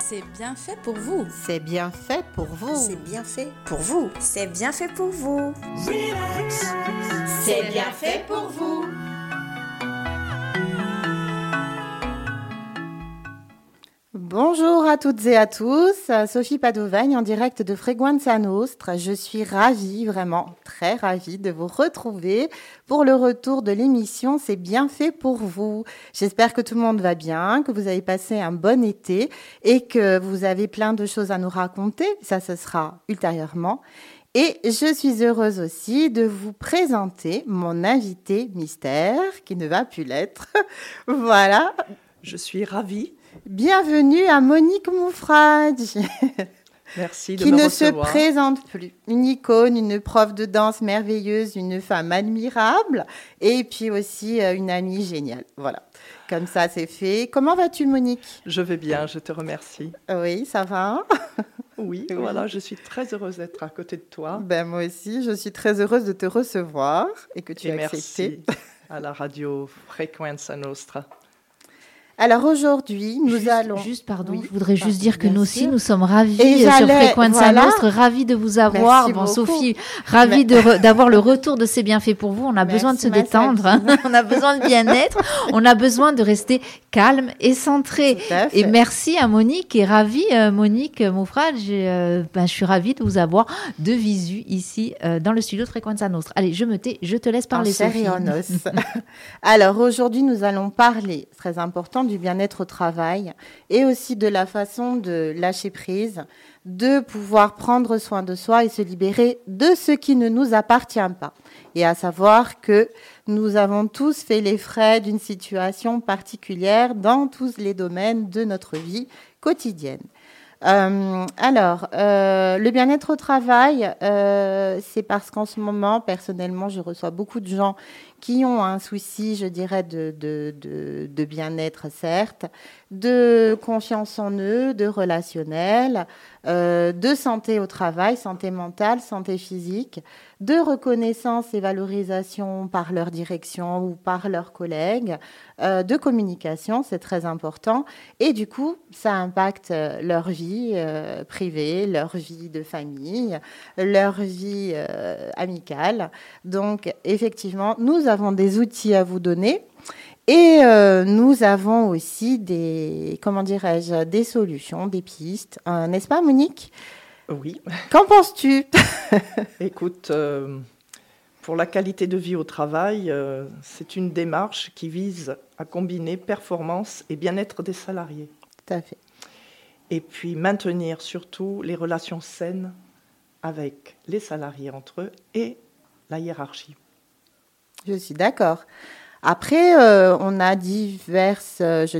C'est bien fait pour vous. C'est bien fait pour vous. C'est bien fait pour vous. C'est bien fait pour vous. Relax. C'est bien fait pour vous. Bonjour à toutes et à tous, Sophie Padovagne en direct de Frequenza Nostra. Je suis ravie, vraiment très ravie de vous retrouver pour le retour de l'émission C'est bien fait pour vous. J'espère que tout le monde va bien, que vous avez passé un bon été et que vous avez plein de choses à nous raconter. Ça, ce sera ultérieurement. Et je suis heureuse aussi de vous présenter mon invité mystère, qui ne va plus l'être. Voilà. Je suis ravie. Bienvenue à Monique Moufrage. Merci de qui me ne recevoir. se présente plus. Une icône, une prof de danse merveilleuse, une femme admirable et puis aussi une amie géniale. Voilà, comme ça c'est fait. Comment vas-tu Monique ? Je vais bien, je te remercie. Oui, ça va ? Oui, voilà, je suis très heureuse d'être à côté de toi. Ben, moi aussi, je suis très heureuse de te recevoir et que tu aies accepté. Merci à la radio Frequenza Nostra. Alors aujourd'hui, nous allons... Pardon, Oui. je voudrais juste dire que bien nous aussi, sûr. nous sommes ravis Et sur j'allais- Frequenza voilà. Nostra, ravis de vous avoir. Merci beaucoup. Sophie, ravis d'avoir le retour de C'est bien fait pour vous. On a besoin de se Merci, ma détendre, hein. On a besoin de bien-être, on a besoin de rester calme et centré. Tout à fait. Et merci à Monique et ravie, Monique Moufrage. Je suis ravie de vous avoir de visu ici dans le studio de Frequenza Nostra. Allez, je me tais, je te laisse parler, En chair Sophie. et en os. Alors aujourd'hui, nous allons parler, très important, du bien-être au travail et aussi de la façon de lâcher prise, de pouvoir prendre soin de soi et se libérer de ce qui ne nous appartient pas. Et à savoir que nous avons tous fait les frais d'une situation particulière dans tous les domaines de notre vie quotidienne. Le bien-être au travail, c'est parce qu'en ce moment, personnellement, je reçois beaucoup de gens qui ont un souci, je dirais, de bien-être, certes, de confiance en eux, de relationnel, de santé au travail, santé mentale, santé physique, de reconnaissance et valorisation par leur direction ou par leurs collègues, de communication, c'est très important. Et du coup, ça impacte leur vie privée, leur vie de famille, leur vie amicale. Donc, effectivement, nous avons des outils à vous donner. Et nous avons aussi des solutions, des pistes. N'est-ce pas, Monique ? Oui, Qu'en penses-tu ? écoute, pour la qualité de vie au travail, c'est une démarche qui vise à combiner performance et bien-être des salariés. Tout à fait. Et puis maintenir surtout les relations saines avec les salariés entre eux et la hiérarchie. Je suis d'accord. Après, on a diverses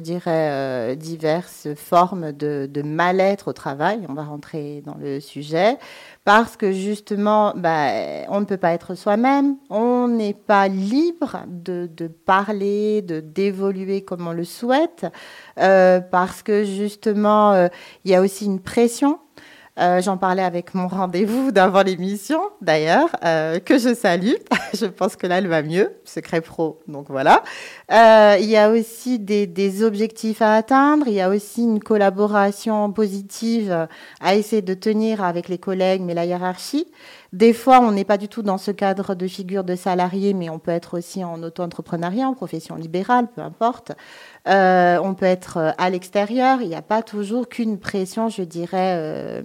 formes de mal-être au travail. On va rentrer dans le sujet parce que justement, on ne peut pas être soi-même. On n'est pas libre de parler, d'évoluer comme on le souhaite parce que justement, il y a aussi une pression. J'en parlais avec mon rendez-vous d'avant l'émission, d'ailleurs, que je salue. Je pense que là, elle va mieux, secret pro, donc voilà. Il y a aussi des objectifs à atteindre. Il y a aussi une collaboration positive à essayer de tenir avec les collègues, mais la hiérarchie. Des fois, on n'est pas du tout dans ce cadre de figure de salarié, mais on peut être aussi en auto-entrepreneuriat, en profession libérale, peu importe. On peut être à l'extérieur. Il n'y a pas toujours qu'une pression, je dirais,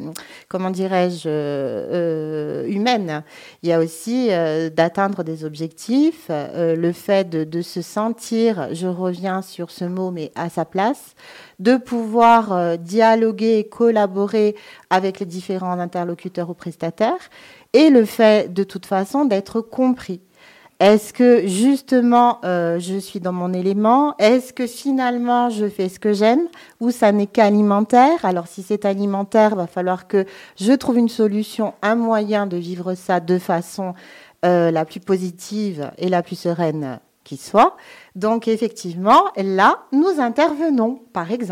humaine. Il y a aussi d'atteindre des objectifs, le fait de se sentir, je reviens sur ce mot, mais à sa place, de pouvoir dialoguer et collaborer avec les différents interlocuteurs ou prestataires, et le fait, de toute façon, d'être compris. Est-ce que, justement, je suis dans mon élément ? Est-ce que, finalement, je fais ce que j'aime ? Ou ça n'est qu'alimentaire ? Alors, si c'est alimentaire, il va falloir que je trouve une solution, un moyen de vivre ça de façon la plus positive et la plus sereine qui soit. Donc, effectivement, là, nous intervenons, par exemple.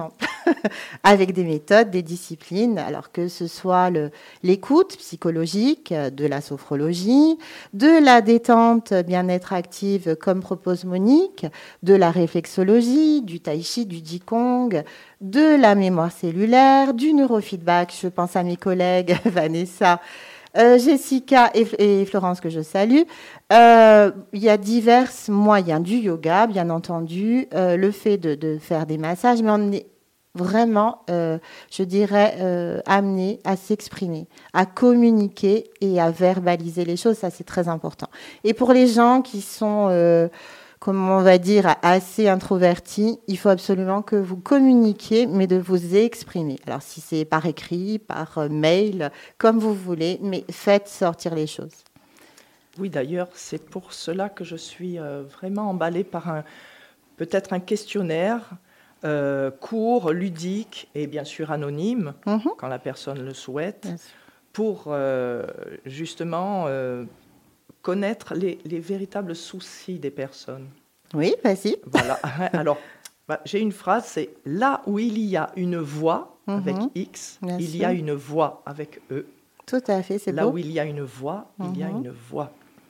avec des méthodes, des disciplines, alors que ce soit l'écoute psychologique, de la sophrologie, de la détente bien-être active comme propose Monique, de la réflexologie, du tai chi, du qigong, de la mémoire cellulaire, du neurofeedback. Je pense à mes collègues Vanessa, Jessica et Florence, que je salue. Il y a divers moyens, du yoga, bien entendu, le fait de faire des massages, mais on est vraiment, je dirais, amené à s'exprimer, à communiquer et à verbaliser les choses. Ça, c'est très important. Et pour les gens qui sont, comment on va dire, assez introvertis, il faut absolument que vous communiquiez, mais de vous exprimer. Alors, si c'est par écrit, par mail, comme vous voulez, mais faites sortir les choses. Oui, d'ailleurs, c'est pour cela que je suis vraiment emballée par peut-être un questionnaire court, ludique et bien sûr anonyme, quand la personne le souhaite, pour justement connaître les véritables soucis des personnes. Oui, vas-y. Voilà. Alors, j'ai une phrase, c'est « Là où il y a une voix avec X, il y a une voix avec E. » Tout à fait, c'est beau. Là où il y a une voix, il y a une voix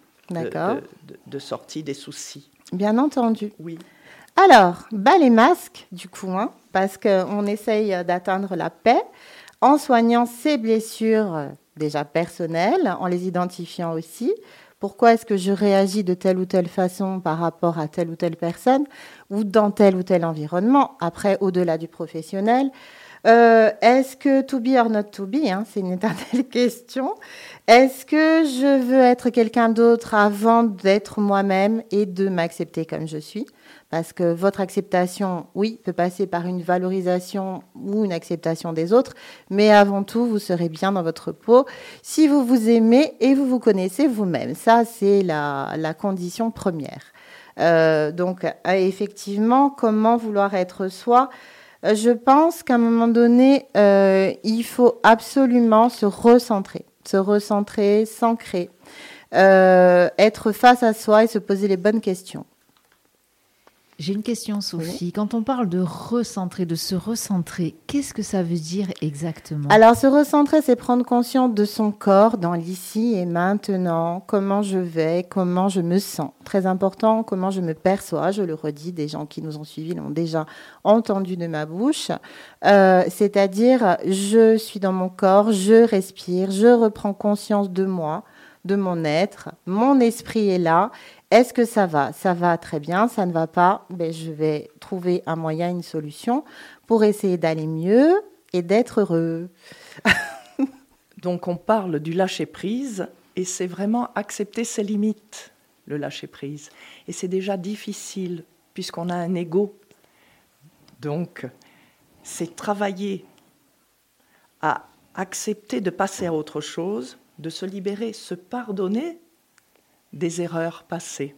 de sortie des soucis. Bien entendu. Oui. Alors, les masques, du coup, parce qu'on essaye d'atteindre la paix en soignant ses blessures déjà personnelles, en les identifiant aussi. Pourquoi est-ce que je réagis de telle ou telle façon par rapport à telle ou telle personne ou dans tel ou tel environnement? Après, au-delà du professionnel, est-ce que to be or not to be, c'est une éternelle question. Est-ce que je veux être quelqu'un d'autre avant d'être moi-même et de m'accepter comme je suis? Parce que votre acceptation, oui, peut passer par une valorisation ou une acceptation des autres, mais avant tout, vous serez bien dans votre peau si vous vous aimez et vous vous connaissez vous-même. Ça, c'est la condition première. Donc, effectivement, comment vouloir être soi? Je pense qu'à un moment donné, il faut absolument se recentrer, s'ancrer, être face à soi et se poser les bonnes questions. J'ai une question, Sophie. Oui. Quand on parle de recentrer, de se recentrer, qu'est-ce que ça veut dire exactement? Alors, se recentrer, c'est prendre conscience de son corps dans l'ici et maintenant, comment je vais, comment je me sens. Très important, comment je me perçois. Je le redis, des gens qui nous ont suivis l'ont déjà entendu de ma bouche. C'est-à-dire, je suis dans mon corps, je respire, je reprends conscience de moi, de mon être, mon esprit est là. Est-ce que ça va? Ça va très bien, ça ne va pas, je vais trouver un moyen, une solution pour essayer d'aller mieux et d'être heureux. Donc on parle du lâcher-prise et c'est vraiment accepter ses limites, le lâcher-prise. Et c'est déjà difficile puisqu'on a un ego. Donc c'est travailler à accepter de passer à autre chose, de se libérer, se pardonner des erreurs passées.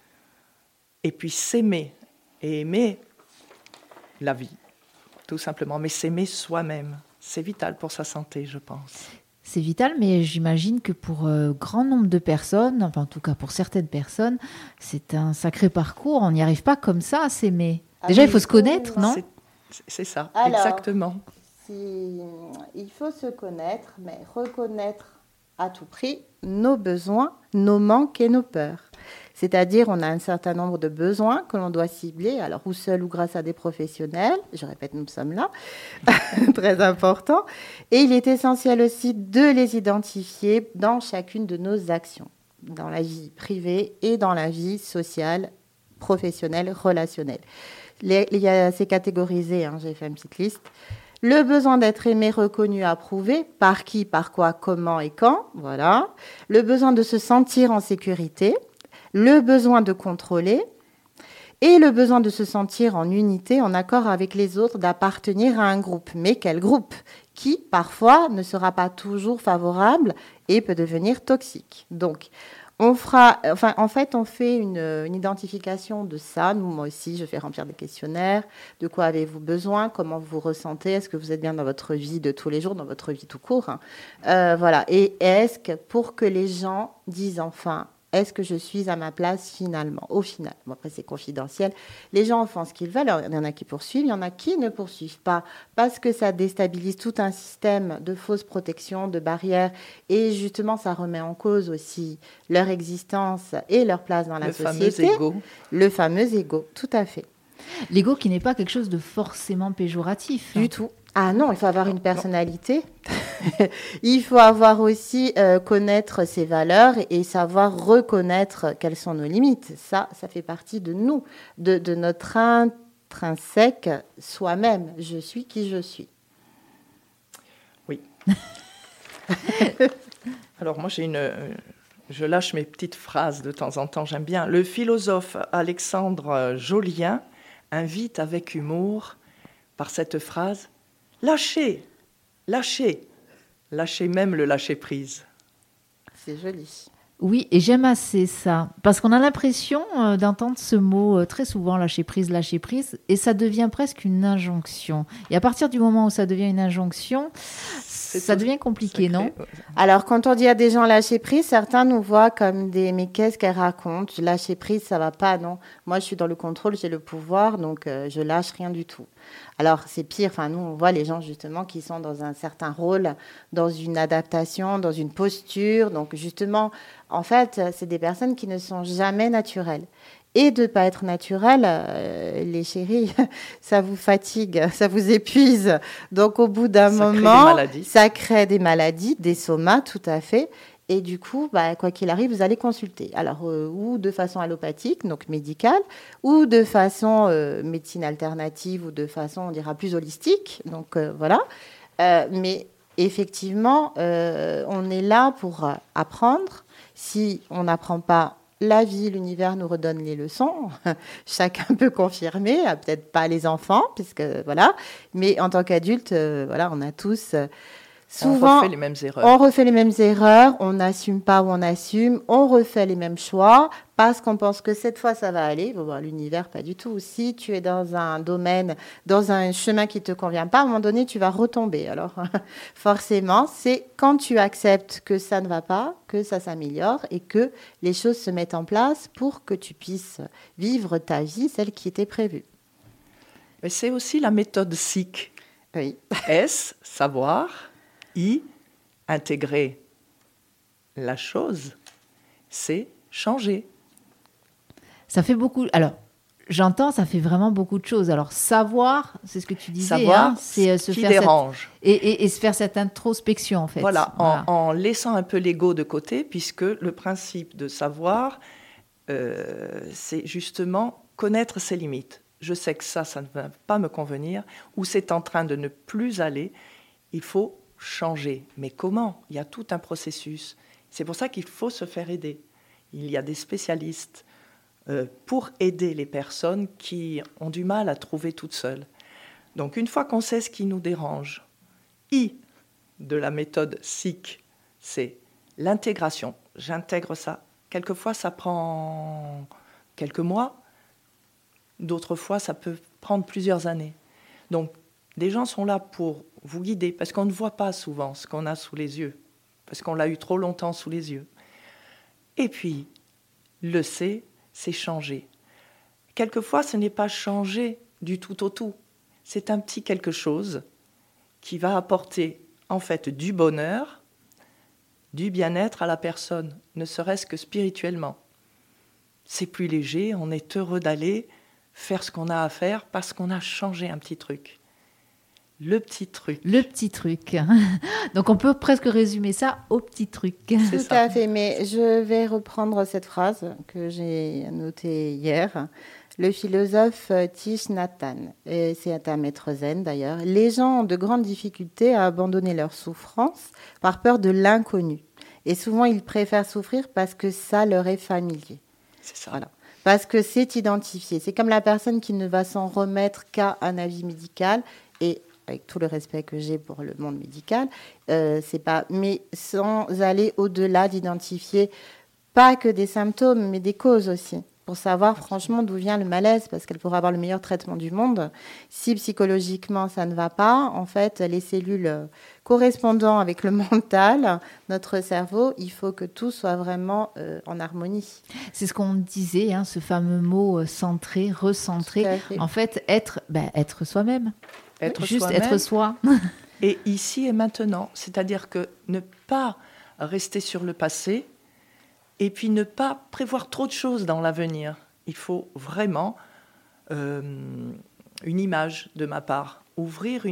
Et puis s'aimer et aimer la vie, tout simplement. Mais s'aimer soi-même, c'est vital pour sa santé, je pense. C'est vital, mais j'imagine que pour grand nombre de personnes, enfin en tout cas pour certaines personnes, c'est un sacré parcours. On n'y arrive pas comme ça à s'aimer. Déjà, il faut se connaître, non? C'est ça, alors, exactement. Il faut se connaître, mais reconnaître à tout prix nos besoins, nos manques et nos peurs. C'est-à-dire, on a un certain nombre de besoins que l'on doit cibler, alors ou seul ou grâce à des professionnels. Je répète, nous sommes là, très important. Et il est essentiel aussi de les identifier dans chacune de nos actions, dans la vie privée et dans la vie sociale, professionnelle, relationnelle. C'est catégorisé, j'ai fait une petite liste. Le besoin d'être aimé, reconnu, approuvé, par qui, par quoi, comment et quand, voilà. Le besoin de se sentir en sécurité, le besoin de contrôler et le besoin de se sentir en unité, en accord avec les autres, d'appartenir à un groupe. Mais quel groupe? Qui, parfois, ne sera pas toujours favorable et peut devenir toxique. Donc, on fait une identification de ça. Moi aussi, je fais remplir des questionnaires. De quoi avez-vous besoin? Comment vous vous ressentez? Est-ce que vous êtes bien dans votre vie de tous les jours, dans votre vie tout court? Voilà. Et est-ce que pour que les gens disent enfin, Est-ce que je suis à ma place finalement, au final? Bon, après, c'est confidentiel. Les gens font ce qu'ils veulent. Alors, il y en a qui poursuivent, il y en a qui ne poursuivent pas parce que ça déstabilise tout un système de fausses protections, de barrières. Et justement, ça remet en cause aussi leur existence et leur place dans la société. Fameux ego. Le fameux ego, tout à fait. L'ego qui n'est pas quelque chose de forcément péjoratif. Du tout. Ah non, il faut avoir une personnalité. Il faut avoir aussi connaître ses valeurs et savoir reconnaître quelles sont nos limites. Ça fait partie de nous, de notre intrinsèque soi-même. Je suis qui je suis. Oui. Alors moi, je lâche mes petites phrases de temps en temps, j'aime bien. Le philosophe Alexandre Jolien invite avec humour par cette phrase « Lâchez, lâchez, lâchez même le lâcher-prise ». C'est joli. Oui, et j'aime assez ça, parce qu'on a l'impression d'entendre ce mot très souvent, lâcher prise, et ça devient presque une injonction. Et à partir du moment où ça devient une injonction, ça devient compliqué, non? Alors, quand on dit à des gens lâcher prise, certains nous voient comme des « mais qu'est-ce qu'elle raconte? Lâcher prise, ça va pas, non? Moi, je suis dans le contrôle, j'ai le pouvoir, donc je lâche rien du tout. » Alors, c'est pire. Enfin, nous, on voit les gens, justement, qui sont dans un certain rôle, dans une adaptation, dans une posture. Donc, justement, en fait, c'est des personnes qui ne sont jamais naturelles. Et de ne pas être naturel, les chéris, ça vous fatigue, ça vous épuise. Donc, au bout d'un moment, ça crée des maladies, des somas, tout à fait. Et du coup, quoi qu'il arrive, vous allez consulter. Alors, ou de façon allopathique, donc médicale, ou de façon médecine alternative, ou de façon, on dira, plus holistique. Donc, voilà. Mais effectivement, on est là pour apprendre. Si on n'apprend pas, la vie, l'univers nous redonne les leçons. Chacun peut confirmer, peut-être pas les enfants, puisque voilà. Mais en tant qu'adulte, voilà, on a tous... Souvent, on refait les mêmes erreurs. On refait les mêmes erreurs, on n'assume pas ou on assume, on refait les mêmes choix parce qu'on pense que cette fois ça va aller. Bon, l'univers, pas du tout. Si tu es dans un domaine, dans un chemin qui ne te convient pas, à un moment donné, tu vas retomber. Alors, forcément, c'est quand tu acceptes que ça ne va pas, que ça s'améliore et que les choses se mettent en place pour que tu puisses vivre ta vie, celle qui était prévue. Mais c'est aussi la méthode SIC. Oui. S, savoir. I, intégrer la chose, c'est changer. Ça fait beaucoup... Alors, j'entends, ça fait vraiment beaucoup de choses. Alors, savoir, c'est ce que tu disais, savoir, c'est ce qui dérange. Et se faire cette introspection, en fait. Voilà. En laissant un peu l'ego de côté, puisque le principe de savoir, c'est justement connaître ses limites. Je sais que ça ne va pas me convenir, ou c'est en train de ne plus aller. Il faut changer. Mais comment? Il y a tout un processus. C'est pour ça qu'il faut se faire aider. Il y a des spécialistes pour aider les personnes qui ont du mal à trouver toutes seules. Donc, une fois qu'on sait ce qui nous dérange, I de la méthode SIC, c'est l'intégration. J'intègre ça. Quelquefois, ça prend quelques mois. D'autres fois, ça peut prendre plusieurs années. Donc, des gens sont là pour vous guider, parce qu'on ne voit pas souvent ce qu'on a sous les yeux, parce qu'on l'a eu trop longtemps sous les yeux. Et puis, le C, c'est changer. Quelquefois, ce n'est pas changer du tout au tout. C'est un petit quelque chose qui va apporter, en fait, du bonheur, du bien-être à la personne, ne serait-ce que spirituellement. C'est plus léger, on est heureux d'aller faire ce qu'on a à faire parce qu'on a changé un petit truc. Le petit truc. Le petit truc. Donc, on peut presque résumer ça au petit truc. C'est tout à fait, mais je vais reprendre cette phrase que j'ai notée hier. Le philosophe Thich Nhat Hanh, et c'est un maître zen d'ailleurs, les gens ont de grandes difficultés à abandonner leur souffrance par peur de l'inconnu. Et souvent, ils préfèrent souffrir parce que ça leur est familier. C'est ça. Voilà. Parce que c'est identifié. C'est comme la personne qui ne va s'en remettre qu'à un avis médical et avec tout le respect que j'ai pour le monde médical, c'est pas, mais sans aller au-delà d'identifier pas que des symptômes, mais des causes aussi. pour savoir franchement d'où vient le malaise, parce qu'elle pourrait avoir le meilleur traitement du monde. Si psychologiquement ça ne va pas, en fait, les cellules correspondant avec le mental, notre cerveau, il faut que tout soit vraiment en harmonie. C'est ce qu'on disait, ce fameux mot centré, recentré. En fait, être soi-même. Être soi. Et ici et maintenant, c'est-à-dire que ne pas rester sur le passé et puis ne pas prévoir trop de choses dans l'avenir. Il faut vraiment une image de ma part. Ouvrir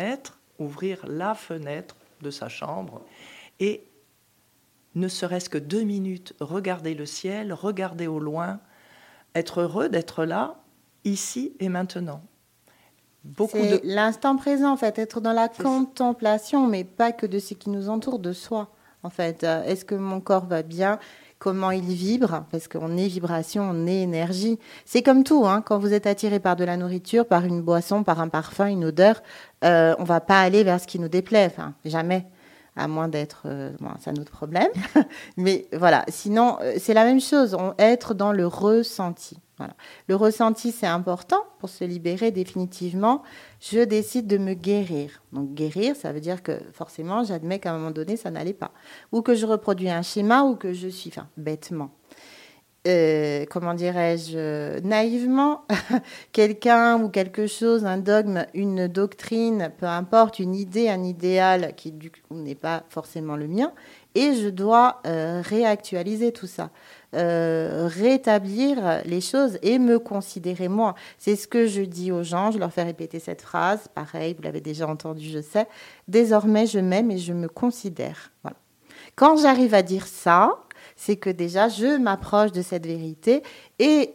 la fenêtre de sa chambre et ne serait-ce que 2 minutes, regarder le ciel, regarder au loin, être heureux d'être là, ici et maintenant. C'est l'instant présent, en fait, être dans la contemplation, mais pas que de ce qui nous entoure, de soi. En fait, est-ce que mon corps va bien ? Comment il vibre ? Parce qu'on est vibration, on est énergie. C'est comme tout, quand vous êtes attiré par de la nourriture, par une boisson, par un parfum, une odeur, on va pas aller vers ce qui nous déplaît, enfin, jamais. À moins d'être... c'est un autre problème. Mais voilà, sinon, c'est la même chose, être dans le ressenti. Voilà. Le ressenti, c'est important pour se libérer définitivement. Je décide de me guérir. Donc, guérir, ça veut dire que forcément, j'admets qu'à un moment donné, ça n'allait pas. Ou que je reproduis un schéma ou que je suis... Enfin, bêtement. Comment dirais-je, naïvement, quelqu'un ou quelque chose, un dogme, une doctrine, peu importe, une idée, un idéal qui du coup n'est pas forcément le mien, et je dois réactualiser tout ça, rétablir les choses et me considérer moi. C'est ce que je dis aux gens, je leur fais répéter cette phrase, pareil, vous l'avez déjà entendu, je sais, désormais je m'aime et je me considère. Voilà. Quand j'arrive à dire ça, c'est que déjà, je m'approche de cette vérité et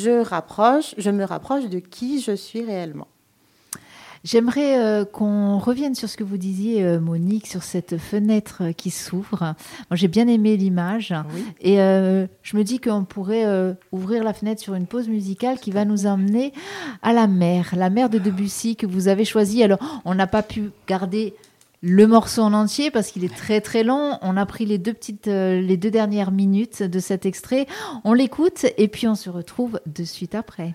je me rapproche de qui je suis réellement. J'aimerais qu'on revienne sur ce que vous disiez, Monique, sur cette fenêtre qui s'ouvre. Moi, j'ai bien aimé l'image. Oui. Et je me dis qu'on pourrait ouvrir la fenêtre sur une pause musicale qui va nous emmener à la mer de Debussy que vous avez choisie. Alors, on n'a pas pu garder le morceau en entier parce qu'il est très très long. On a pris les deux dernières minutes de cet extrait. On l'écoute et puis on se retrouve de suite après.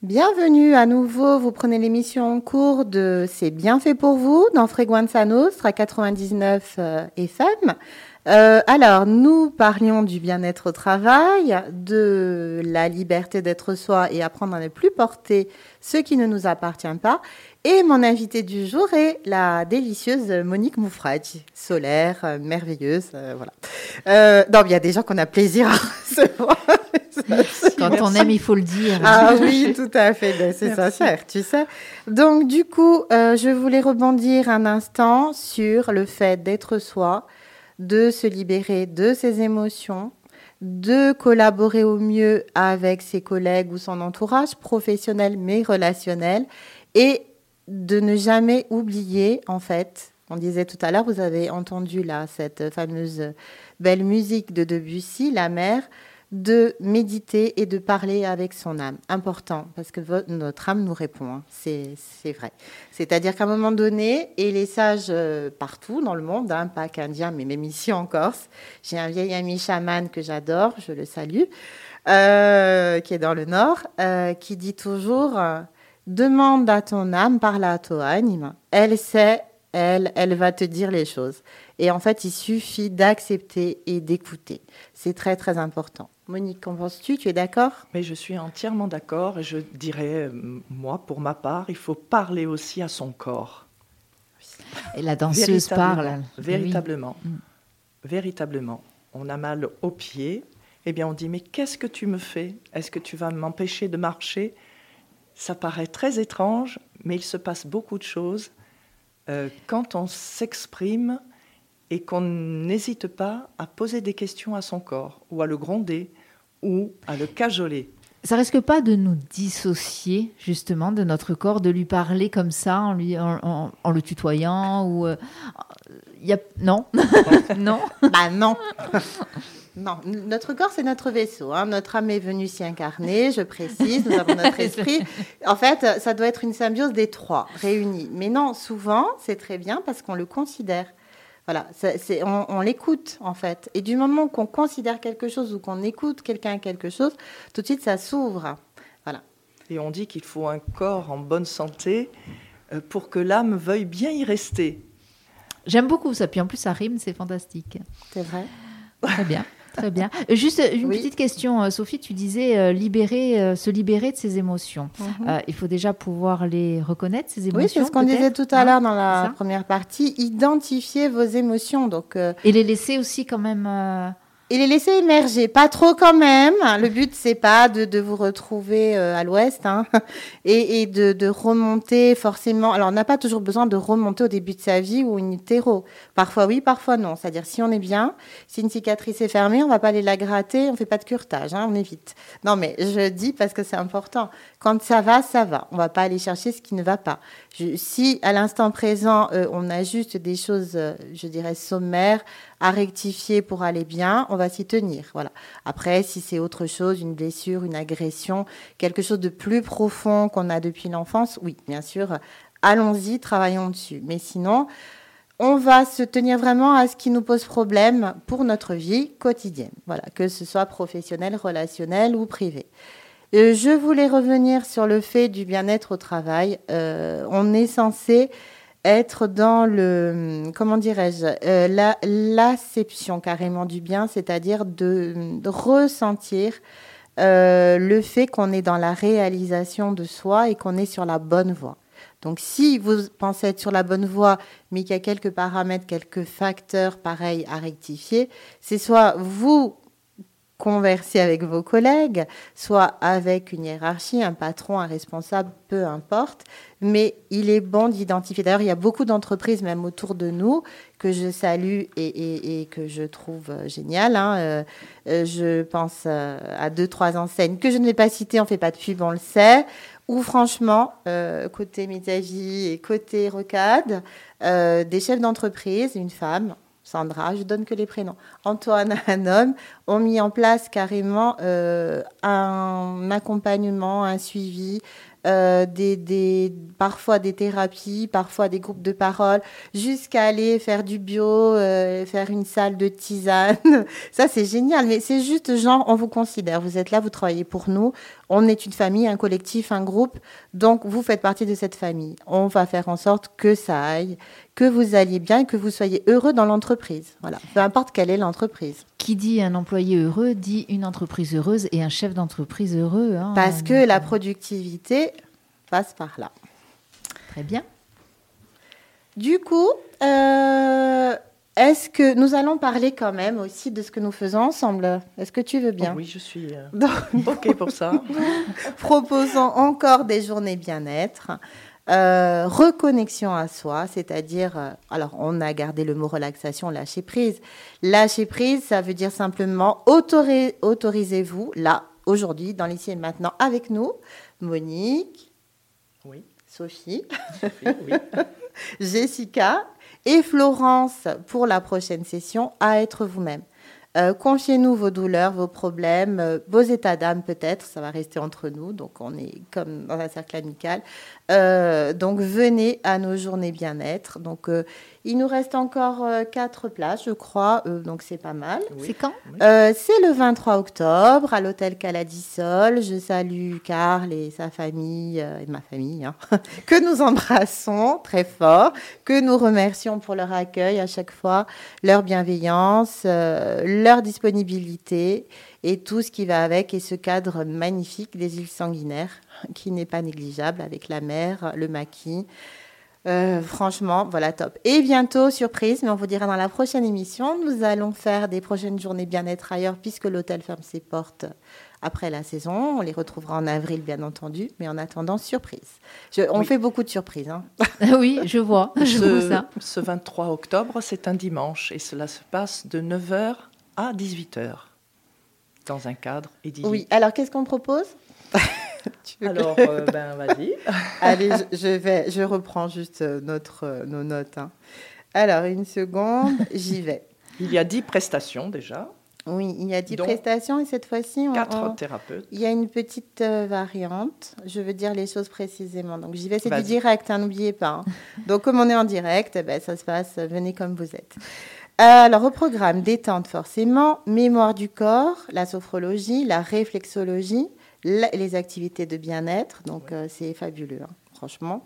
Bienvenue à nouveau, vous prenez l'émission en cours de C'est bien fait pour vous dans Frequenza Nostra 99 FM. Alors, nous parlions du bien-être au travail, de la liberté d'être soi et apprendre à ne plus porter ce qui ne nous appartient pas. Et mon invitée du jour est la délicieuse Monique Moufragi, solaire, merveilleuse, voilà. Non, il y a des gens qu'on a plaisir à recevoir. Quand on aime, il faut le dire. Ah oui, tout à fait, ben, c'est sincère, tu sais. Donc, du coup, je voulais rebondir un instant sur le fait d'être soi, de se libérer de ses émotions, de collaborer au mieux avec ses collègues ou son entourage professionnel mais relationnel et de ne jamais oublier, en fait, on disait tout à l'heure, vous avez entendu là cette fameuse belle musique de Debussy, La Mer, de méditer et de parler avec son âme. Important, parce que notre âme nous répond, hein. C'est vrai. C'est-à-dire qu'à un moment donné, et les sages partout dans le monde, hein, pas qu'Indien, mais même ici en Corse, j'ai un vieil ami chaman que j'adore, je le salue, qui est dans le Nord, qui dit toujours demande à ton âme, parle à ton âme, elle sait, elle va te dire les choses. Et en fait, il suffit d'accepter et d'écouter. C'est très, très important. Monique, qu'en penses-tu ? Tu es d'accord ? Mais je suis entièrement d'accord et je dirais, moi, pour ma part, il faut parler aussi à son corps. Et la danseuse parle. Véritablement. Oui. Véritablement. On a mal aux pieds. Eh bien, on dit, mais qu'est-ce que tu me fais ? Est-ce que tu vas m'empêcher de marcher ? Ça paraît très étrange, mais il se passe beaucoup de choses quand on s'exprime et qu'on n'hésite pas à poser des questions à son corps, ou à le gronder, ou à le cajoler. Ça risque pas de nous dissocier, justement, de notre corps, de lui parler comme ça, en le tutoyant, ou... Non. Non. Bah non. Non, notre corps, c'est notre vaisseau. Hein. Notre âme est venue s'y incarner, je précise, nous avons notre esprit. En fait, ça doit être une symbiose des trois réunis. Mais non, souvent, c'est très bien parce qu'on le considère. Voilà, on l'écoute en fait. Et du moment qu'on considère quelque chose ou qu'on écoute quelqu'un quelque chose, tout de suite ça s'ouvre. Voilà. Et on dit qu'il faut un corps en bonne santé pour que l'âme veuille bien y rester. J'aime beaucoup ça, puis en plus ça rime, c'est fantastique. C'est vrai. Très bien. Très bien. Juste une petite question, Sophie, tu disais se libérer de ses émotions. Il faut déjà pouvoir les reconnaître, ces émotions. Oui, c'est ce qu'on disait tout à l'heure dans la première partie. Identifier vos émotions. Donc, et les laisser aussi quand même... Et les laisser émerger, pas trop quand même. Le but, c'est pas de vous retrouver à l'ouest, hein, et de remonter forcément. Alors, on n'a pas toujours besoin de remonter au début de sa vie ou in utero. Parfois oui, parfois non. C'est-à-dire, si on est bien, si une cicatrice est fermée, on va pas aller la gratter, on fait pas de curetage, hein, on évite. Non, mais je dis parce que c'est important. Quand ça va, ça va. On va pas aller chercher ce qui ne va pas. Si à l'instant présent, on a juste des choses, je dirais, sommaires, à rectifier pour aller bien, on va s'y tenir. Voilà. Après, si c'est autre chose, une blessure, une agression, quelque chose de plus profond qu'on a depuis l'enfance, oui, bien sûr, allons-y, travaillons dessus. Mais sinon, on va se tenir vraiment à ce qui nous pose problème pour notre vie quotidienne. Voilà, que ce soit professionnel, relationnel ou privé. Je voulais revenir sur le fait du bien-être au travail. On est censé être dans le, comment dirais-je, l'acception carrément du bien, c'est-à-dire de ressentir le fait qu'on est dans la réalisation de soi et qu'on est sur la bonne voie. Donc, si vous pensez être sur la bonne voie, mais qu'il y a quelques paramètres, quelques facteurs pareils à rectifier, c'est soit vous converser avec vos collègues, soit avec une hiérarchie, un patron, un responsable, peu importe. Mais il est bon d'identifier. D'ailleurs, il y a beaucoup d'entreprises, même autour de nous, que je salue et que je trouve géniales. Hein. Je pense à 2-3 enseignes que je ne vais pas citer, on ne fait pas de pub, on le sait. Ou franchement, côté Mitaji et côté Rocade, des chefs d'entreprise, une femme, Sandra, je donne que les prénoms, Antoine, un homme, ont mis en place carrément un accompagnement, un suivi, parfois des thérapies, parfois des groupes de parole, jusqu'à aller faire du bio, faire une salle de tisane. Ça, c'est génial, mais c'est juste genre, on vous considère, vous êtes là, vous travaillez pour nous, On est une famille, un collectif, un groupe, donc vous faites partie de cette famille. On va faire en sorte que ça aille, que vous alliez bien et que vous soyez heureux dans l'entreprise. Voilà, peu importe quelle est l'entreprise. Qui dit un employé heureux dit une entreprise heureuse et un chef d'entreprise heureux. Hein. Parce que la productivité passe par là. Très bien. Du coup, est-ce que nous allons parler quand même aussi de ce que nous faisons ensemble? Est-ce que tu veux bien? Oui, je suis OK pour ça. Proposons encore des journées bien-être, reconnexion à soi, c'est-à-dire, alors on a gardé le mot relaxation, lâcher prise. Lâcher prise, ça veut dire simplement autorisez-vous, là, aujourd'hui, dans l'ici et maintenant, avec nous, Monique, Oui. Sophie, Oui. Jessica et Florence pour la prochaine session, à être vous-même. Confiez-nous vos douleurs, vos problèmes, vos états d'âme peut-être, ça va rester entre nous, donc on est comme dans un cercle amical. Donc venez à nos journées bien-être. Donc il nous reste encore 4 places, je crois, donc c'est pas mal. Oui. C'est quand? Oui. C'est le 23 octobre à l'hôtel Caladisol. Je salue Karl et sa famille et ma famille, hein, que nous embrassons très fort, que nous remercions pour leur accueil à chaque fois, leur bienveillance, leur disponibilité et tout ce qui va avec, et ce cadre magnifique des îles Sanguinaires qui n'est pas négligeable avec la mer, le maquis. Franchement, voilà, top. Et bientôt, surprise, mais on vous dira dans la prochaine émission, nous allons faire des prochaines journées bien-être ailleurs puisque l'hôtel ferme ses portes après la saison. On les retrouvera en avril, bien entendu, mais en attendant, surprise. On fait beaucoup de surprises. Hein. Oui, je vois, je vois ça. Ce 23 octobre, c'est un dimanche et cela se passe de 9h à 18h dans un cadre idyllique. Oui, alors qu'est-ce qu'on propose? Alors, vas-y. Allez, je reprends juste nos notes. Hein. Alors, une seconde, j'y vais. Il y a 10 prestations déjà. Oui, il y a 10 Donc, prestations et cette fois-ci, 4 thérapeutes. il y a une petite variante. Je veux dire les choses précisément. Donc, j'y vais, c'est Vas-y. du direct, hein, n'oubliez pas. Hein. Donc, comme on est en direct, ça se passe, venez comme vous êtes. Alors, au programme, détente forcément, mémoire du corps, la sophrologie, la réflexologie, les activités de bien-être. Donc, c'est fabuleux, hein, franchement.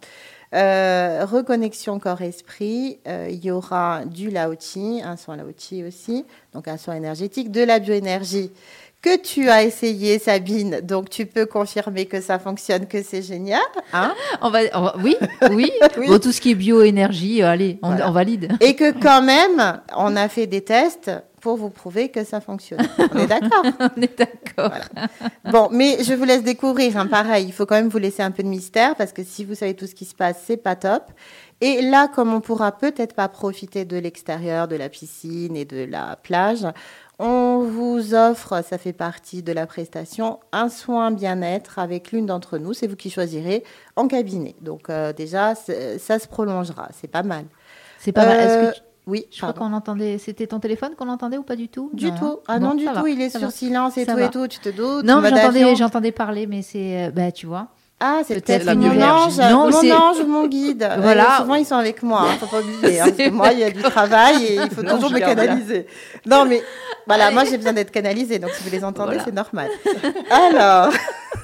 Reconnexion corps-esprit, il y aura du Lao-Chi, un soin Lao-Chi aussi, donc un soin énergétique, de la bioénergie que tu as essayé, Sabine, donc tu peux confirmer que ça fonctionne, que c'est génial. Hein? Oui. Oui. Bon, tout ce qui est bioénergie, allez, Voilà. on valide. Et que quand même, on a fait des tests pour vous prouver que ça fonctionne. On est d'accord? On est d'accord. Voilà. Bon, mais je vous laisse découvrir. Hein, pareil, il faut quand même vous laisser un peu de mystère parce que si vous savez tout ce qui se passe, c'est pas top. Et là, comme on pourra peut-être pas profiter de l'extérieur, de la piscine et de la plage, on vous offre, ça fait partie de la prestation, un soin bien-être avec l'une d'entre nous. C'est vous qui choisirez en cabinet. Donc déjà, ça se prolongera. C'est pas mal. C'est pas mal. Est-ce que Oui, je crois qu'on entendait. C'était ton téléphone qu'on entendait ou pas du tout? Du Non, tout. hein. Ah Bon, non, du ça tout. va, Il est ça sur va. silence et Ça tout va. et tout. Tu te doutes? Non, mode avion. j'entendais parler, mais c'est, tu vois. Ah, c'est Peut-être peut-être la mon bioénergie. ange, Non, c'est- mon ange ou mon guide. Voilà. Souvent, ils sont avec moi, hein, faut pas oublier. Hein, parce que moi, il y a du travail et il faut Non, toujours je me garde canaliser. Non, mais voilà, moi, j'ai besoin d'être canalisée. Donc, si vous les entendez, Voilà. c'est normal. Alors,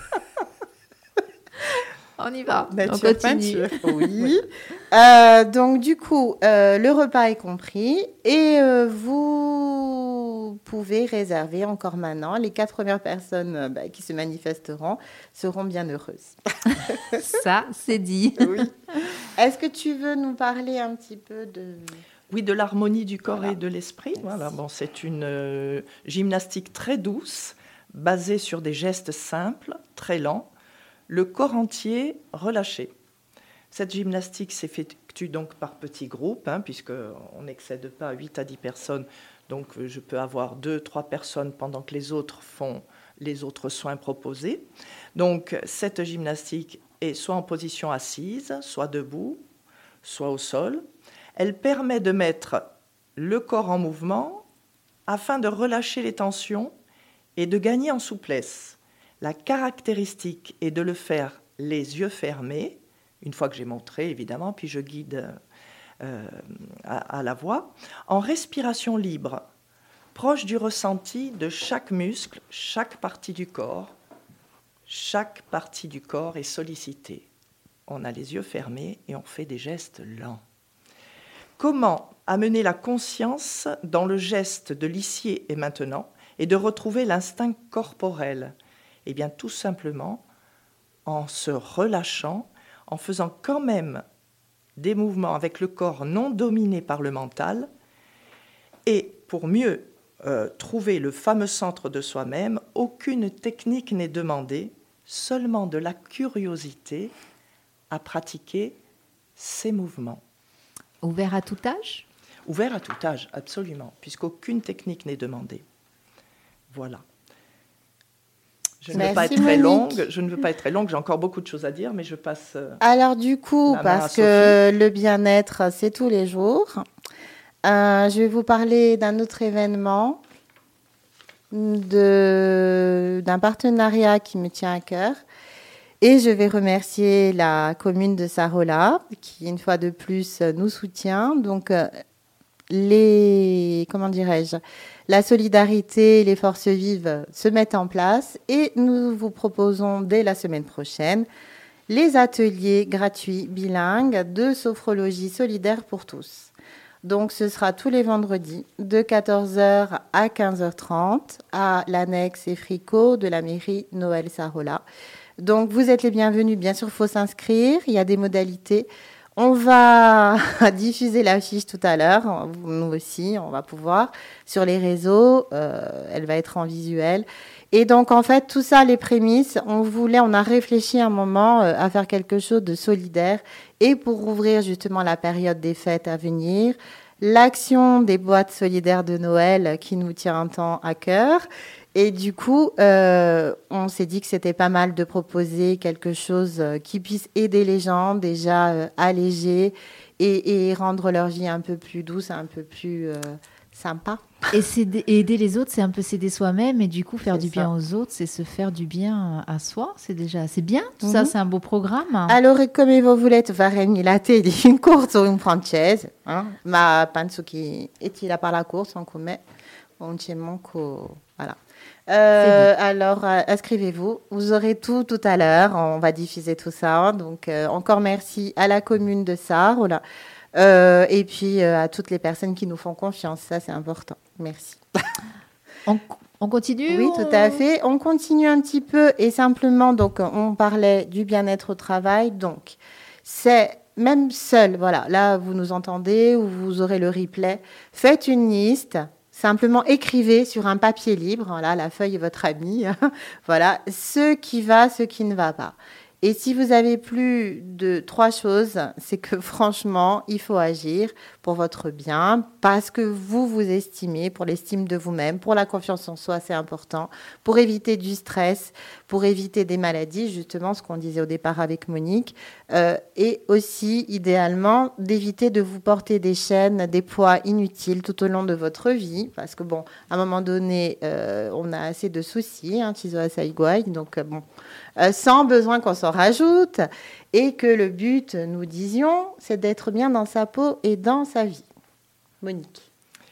On y va. nature On continue. peinture, oui. Donc, du coup, le repas est compris et vous pouvez réserver encore maintenant. Les 4 premières personnes qui se manifesteront seront bien heureuses. Ça, c'est dit. Oui. Est-ce que tu veux nous parler un petit peu de... Oui, de l'harmonie du corps Voilà. et de l'esprit. Voilà, bon, c'est une gymnastique très douce, basée sur des gestes simples, très lents, le corps entier relâché. Cette gymnastique s'effectue donc par petits groupes, puisqu'on n'excède pas 8 à 10 personnes. Donc, je peux avoir 2-3 personnes pendant que les autres font les autres soins proposés. Donc, cette gymnastique est soit en position assise, soit debout, soit au sol. Elle permet de mettre le corps en mouvement afin de relâcher les tensions et de gagner en souplesse. La caractéristique est de le faire les yeux fermés, une fois que j'ai montré évidemment, puis je guide à la voix, en respiration libre, proche du ressenti de chaque muscle, chaque partie du corps. Chaque partie du corps est sollicitée. On a les yeux fermés et on fait des gestes lents. Comment amener la conscience dans le geste de l'ici et maintenant et de retrouver l'instinct corporel? Eh bien, tout simplement en se relâchant, en faisant quand même des mouvements avec le corps non dominé par le mental. Et pour mieux trouver le fameux centre de soi-même, aucune technique n'est demandée, seulement de la curiosité à pratiquer ces mouvements. Ouvert à tout âge? Ouvert à tout âge, absolument, puisqu'aucune technique n'est demandée. Voilà. Je ne veux pas être très longue, j'ai encore beaucoup de choses à dire, mais je passe... Alors du coup, parce que le bien-être, c'est tous les jours, je vais vous parler d'un autre événement, d'un partenariat qui me tient à cœur. Et je vais remercier la commune de Sarola, qui, une fois de plus, nous soutient. Donc, la solidarité, les forces vives se mettent en place. Et nous vous proposons, dès la semaine prochaine, les ateliers gratuits bilingues de sophrologie solidaire pour tous. Donc, ce sera tous les vendredis, de 14h à 15h30, à l'annexe Efrico de la mairie Noël Sarola. Donc, vous êtes les bienvenus. Bien sûr, il faut s'inscrire. Il y a des modalités. On va diffuser l'affiche tout à l'heure. Nous aussi, on va pouvoir. Sur les réseaux, elle va être en visuel. Et donc, en fait, tout ça, les prémices, on a réfléchi un moment à faire quelque chose de solidaire. Et pour ouvrir justement la période des fêtes à venir, l'action des boîtes solidaires de Noël qui nous tient un temps à cœur. Et du coup, on s'est dit que c'était pas mal de proposer quelque chose qui puisse aider les gens, déjà alléger et rendre leur vie un peu plus douce, un peu plus sympa. Et aider les autres, c'est un peu s'aider soi-même. Et du coup, faire du bien aux autres, c'est se faire du bien à soi. C'est bien. Tout ça, c'est un beau programme. Alors, come vous volete fare latte di un corso in francese, ma penso che la par la course en come on ci manco, voilà. Alors, inscrivez-vous. Vous aurez tout à l'heure. On va diffuser tout ça. Donc, encore merci à la commune de Sarre. Et puis, à toutes les personnes qui nous font confiance. Ça, c'est important. Merci. On continue? Oui, tout à fait. On continue un petit peu. Et simplement, donc, on parlait du bien-être au travail. Donc, c'est même seul. Voilà. Là, vous nous entendez ou vous aurez le replay. Faites une liste. Simplement écrivez sur un papier libre, là, la feuille est votre amie, voilà, ce qui va, ce qui ne va pas. Et si vous avez plus de 3 choses, c'est que franchement, il faut agir pour votre bien, parce que vous estimez, pour l'estime de vous-même, pour la confiance en soi, c'est important, pour éviter du stress, pour éviter des maladies, justement, ce qu'on disait au départ avec Monique, et aussi, idéalement, d'éviter de vous porter des chaînes, des poids inutiles tout au long de votre vie, parce que, bon, à un moment donné, on a assez de soucis, Chizo Asaïguay, donc, bon, sans besoin qu'on s'en rajoute, et que le but, nous disions, c'est d'être bien dans sa peau et dans sa vie. Monique.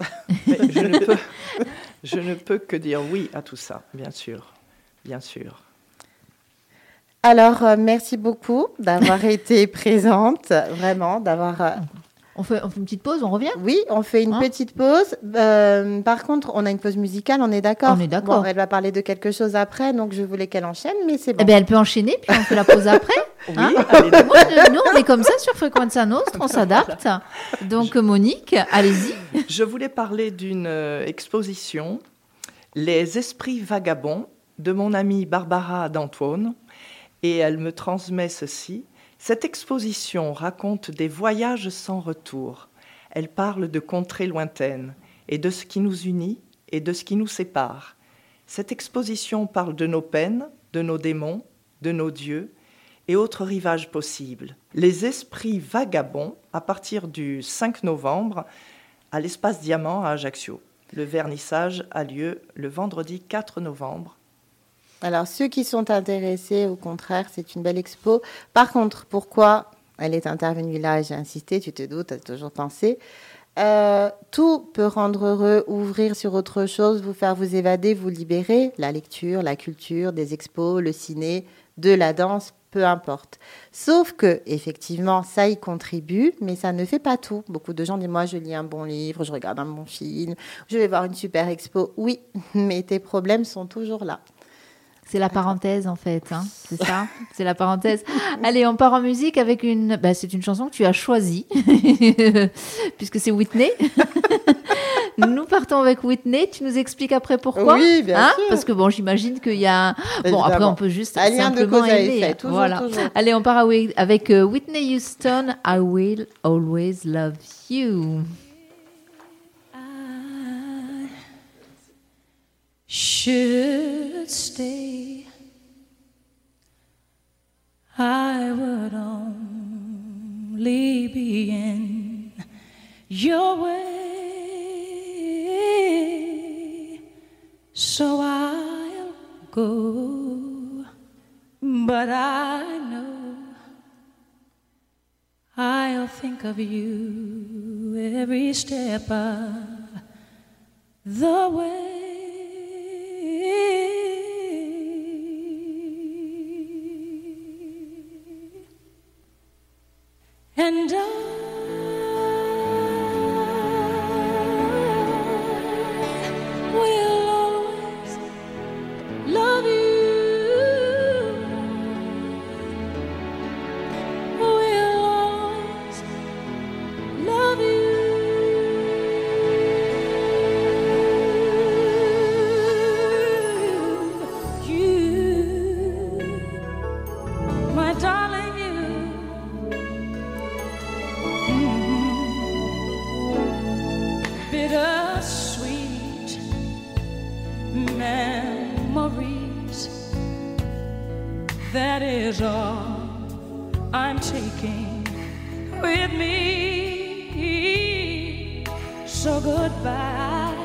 Je ne peux que dire oui à tout ça, bien sûr. Bien sûr. Alors, merci beaucoup d'avoir été présente, vraiment, d'avoir... On fait une petite pause, on revient? Oui, on fait une petite pause. Par contre, on a une pause musicale, on est d'accord? On est d'accord. Bon, elle va parler de quelque chose après, donc je voulais qu'elle enchaîne, mais c'est bon. Eh bien, elle peut enchaîner, puis on fait la pause après. Oui, allez, nous, on est comme ça sur Frequenza Nostra, on s'adapte. Donc, Monique, allez-y. Je voulais parler d'une exposition, Les Esprits Vagabonds, de mon amie Barbara d'Antoine, et elle me transmet ceci. Cette exposition raconte des voyages sans retour. Elle parle de contrées lointaines et de ce qui nous unit et de ce qui nous sépare. Cette exposition parle de nos peines, de nos démons, de nos dieux et autres rivages possibles. Les esprits vagabonds, à partir du 5 novembre, à l'Espace Diamant à Ajaccio. Le vernissage a lieu le vendredi 4 novembre. Alors, ceux qui sont intéressés, au contraire, c'est une belle expo. Par contre, pourquoi elle est intervenue là? J'ai insisté, tu te doutes, tu as toujours pensé. Tout peut rendre heureux, ouvrir sur autre chose, vous faire vous évader, vous libérer. La lecture, la culture, des expos, le ciné, de la danse, peu importe. Sauf que, effectivement, ça y contribue, mais ça ne fait pas tout. Beaucoup de gens disent, moi, je lis un bon livre, je regarde un bon film, je vais voir une super expo. Oui, mais tes problèmes sont toujours là. C'est la parenthèse, en fait. Hein, c'est ça. C'est la parenthèse. Allez, on part en musique avec une... c'est une chanson que tu as choisie, puisque c'est Whitney. Nous partons avec Whitney. Tu nous expliques après pourquoi? Oui, bien sûr. Parce que j'imagine qu'il y a... Évidemment. Après, on peut juste un lien simplement de cause à aimer. effet, toujours. Allez, on part avec Whitney Houston. I will always love you. Should stay, I would only be in your way, so I'll go, but I know I'll think of you every step of the way. And I will always love you. Will always love you. My darling. Bittersweet memories, that is all I'm taking with me. So goodbye,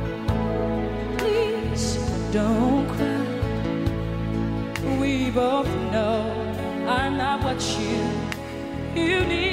please don't cry. We both know I'm not what you need.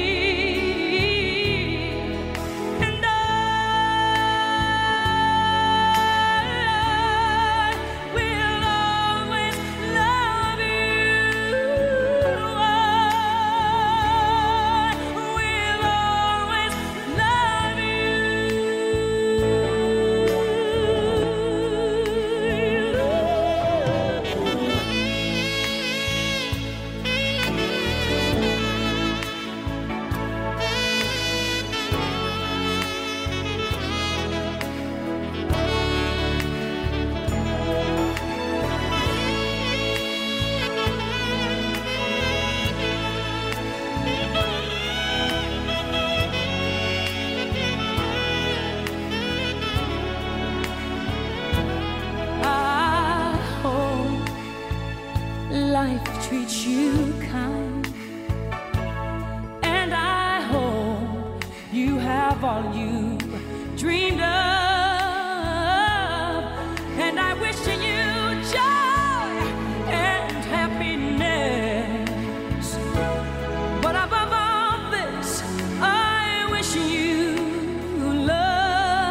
Life treats you kind, and I hope you have all you dreamed of, and I wish you joy and happiness, but above all this, I wish you love.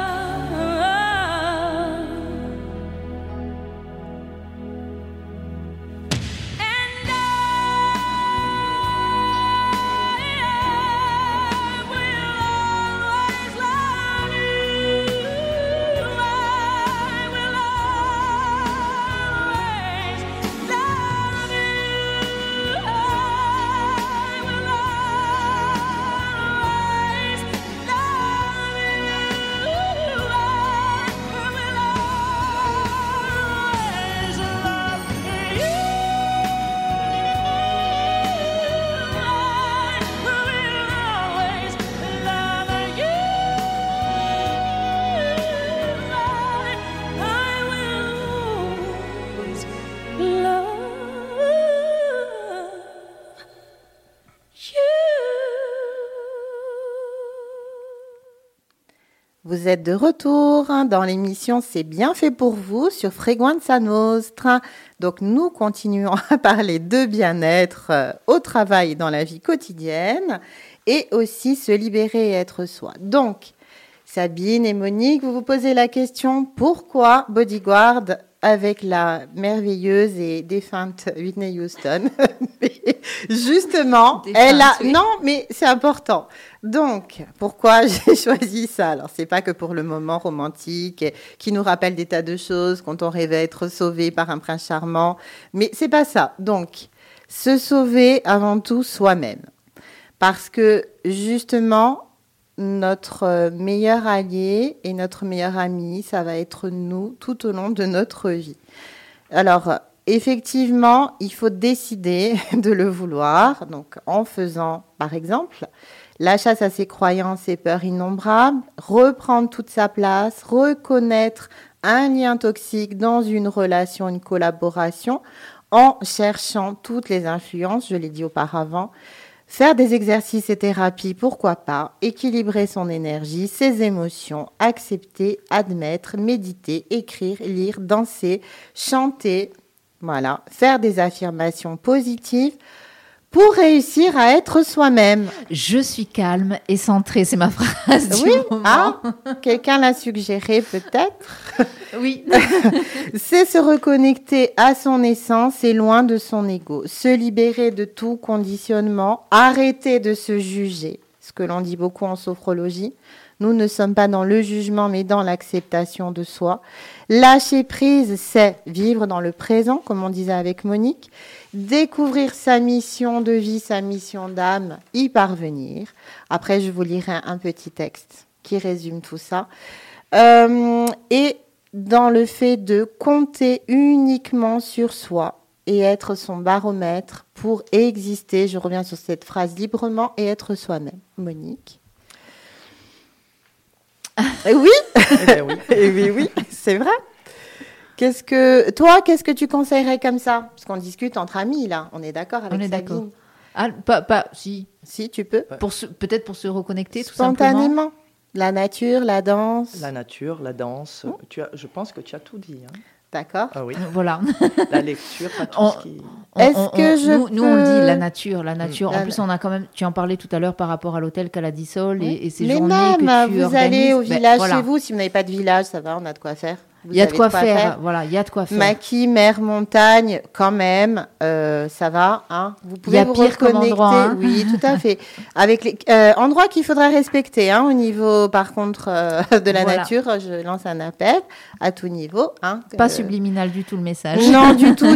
Vous êtes de retour dans l'émission C'est bien fait pour vous sur Frequenza Nostra. Donc nous continuons à parler de bien-être au travail dans la vie quotidienne et aussi se libérer et être soi. Donc Sabine et Monique, vous vous posez la question, pourquoi Bodyguard avec la merveilleuse et défunte Whitney Houston? Justement, elle a... Oui. Non, mais c'est important. Donc, pourquoi j'ai choisi ça? Alors, c'est pas que pour le moment romantique, qui nous rappelle des tas de choses, quand on rêvait être sauvé par un prince charmant, mais c'est pas ça. Donc, se sauver avant tout soi-même. Parce que, justement, notre meilleur allié et notre meilleur ami, ça va être nous tout au long de notre vie. Alors, effectivement, il faut décider de le vouloir, donc en faisant, par exemple, la chasse à ses croyances et peurs innombrables, reprendre toute sa place, reconnaître un lien toxique dans une relation, une collaboration, en cherchant toutes les influences, je l'ai dit auparavant, faire des exercices et thérapies, pourquoi pas, équilibrer son énergie, ses émotions, accepter, admettre, méditer, écrire, lire, danser, chanter, voilà, faire des affirmations positives pour réussir à être soi-même. Je suis calme et centrée, c'est ma phrase du moment. Ah, quelqu'un l'a suggéré peut-être. Oui. C'est se reconnecter à son essence et loin de son ego. Se libérer de tout conditionnement, arrêter de se juger, ce que l'on dit beaucoup en sophrologie. Nous ne sommes pas dans le jugement, mais dans l'acceptation de soi. Lâcher prise, c'est vivre dans le présent, comme on disait avec Monique. Découvrir sa mission de vie, sa mission d'âme, y parvenir. Après, je vous lirai un petit texte qui résume tout ça. Et dans le fait de compter uniquement sur soi et être son baromètre pour exister, je reviens sur cette phrase, librement et être soi-même. Monique? Oui, Eh bien, oui. oui, c'est vrai. Qu'est-ce que tu conseillerais comme ça? Parce qu'on discute entre amis, là. On est d'accord avec On est Sabine. d'accord. Si. Si, tu peux. Peut-être pour se reconnecter, tout simplement. Spontanément. La nature, la danse. La nature, la danse. Je pense que tu as tout dit. Hein. D'accord. Ah oui. Voilà. La lecture, pas tout ce qui... Nous, on le dit, la nature. En plus, on a quand même, tu en parlais tout à l'heure par rapport à l'hôtel Caladisol et ces journées que tu organises. Vous allez au village chez vous, si vous n'avez pas de village, ça va, on a de quoi faire. Il y a de quoi faire, voilà, il y a de quoi faire. Maquis, mer, montagne, quand même, ça va, hein. Vous pouvez vous reconnecter. Comme endroit, hein. Oui, tout à fait. Avec les endroits qu'il faudra respecter, hein, au niveau, par contre, de la nature, je lance un appel à tout niveau, hein. Pas subliminal du tout le message. Non, du tout.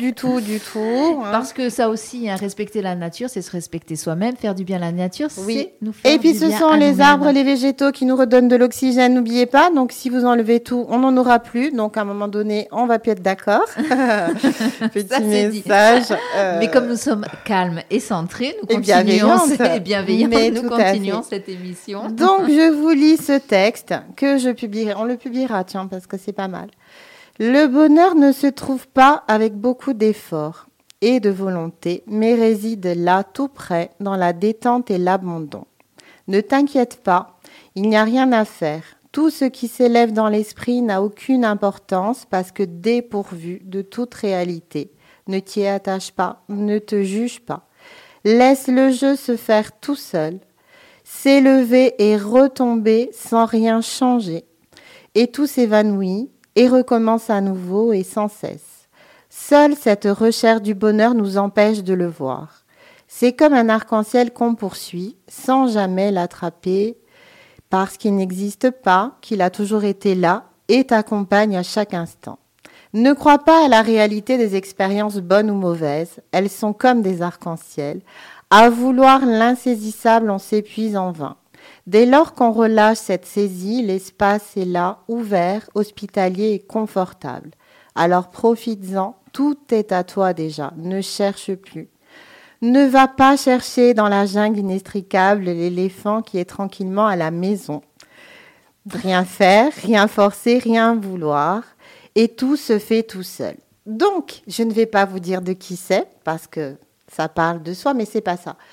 Hein. Parce que ça aussi, hein, respecter la nature, c'est se respecter soi-même, faire du bien à la nature, oui. C'est nous faire et puis du ce bien sont à les nous-mêmes. arbres, les végétaux qui nous redonnent de l'oxygène, n'oubliez pas. Donc si vous enlevez tout, on n'en aura plus. Donc à un moment donné, on va plus être d'accord. Petit ça, message. Mais comme nous sommes calmes et centrés, nous et bienveillants, nous continuons cette émission. Donc je vous lis ce texte que je publierai. On le publiera, tiens, parce que c'est pas mal. Le bonheur ne se trouve pas avec beaucoup d'efforts et de volonté, mais réside là, tout près, dans la détente et l'abandon. Ne t'inquiète pas, il n'y a rien à faire. Tout ce qui s'élève dans l'esprit n'a aucune importance parce que dépourvu de toute réalité. Ne t'y attache pas, ne te juge pas. Laisse le jeu se faire tout seul, s'élever et retomber sans rien changer. Et tout s'évanouit et recommence à nouveau et sans cesse. Seule cette recherche du bonheur nous empêche de le voir. C'est comme un arc-en-ciel qu'on poursuit sans jamais l'attraper parce qu'il n'existe pas, qu'il a toujours été là et t'accompagne à chaque instant. Ne crois pas à la réalité des expériences bonnes ou mauvaises, elles sont comme des arcs-en-ciel. À vouloir l'insaisissable, on s'épuise en vain. Dès lors qu'on relâche cette saisie, l'espace est là, ouvert, hospitalier et confortable. Alors profites-en, tout est à toi déjà, ne cherche plus. Ne va pas chercher dans la jungle inextricable l'éléphant qui est tranquillement à la maison. Rien faire, rien forcer, rien vouloir, et tout se fait tout seul. Donc, je ne vais pas vous dire de qui c'est, parce que ça parle de soi, mais c'est pas ça.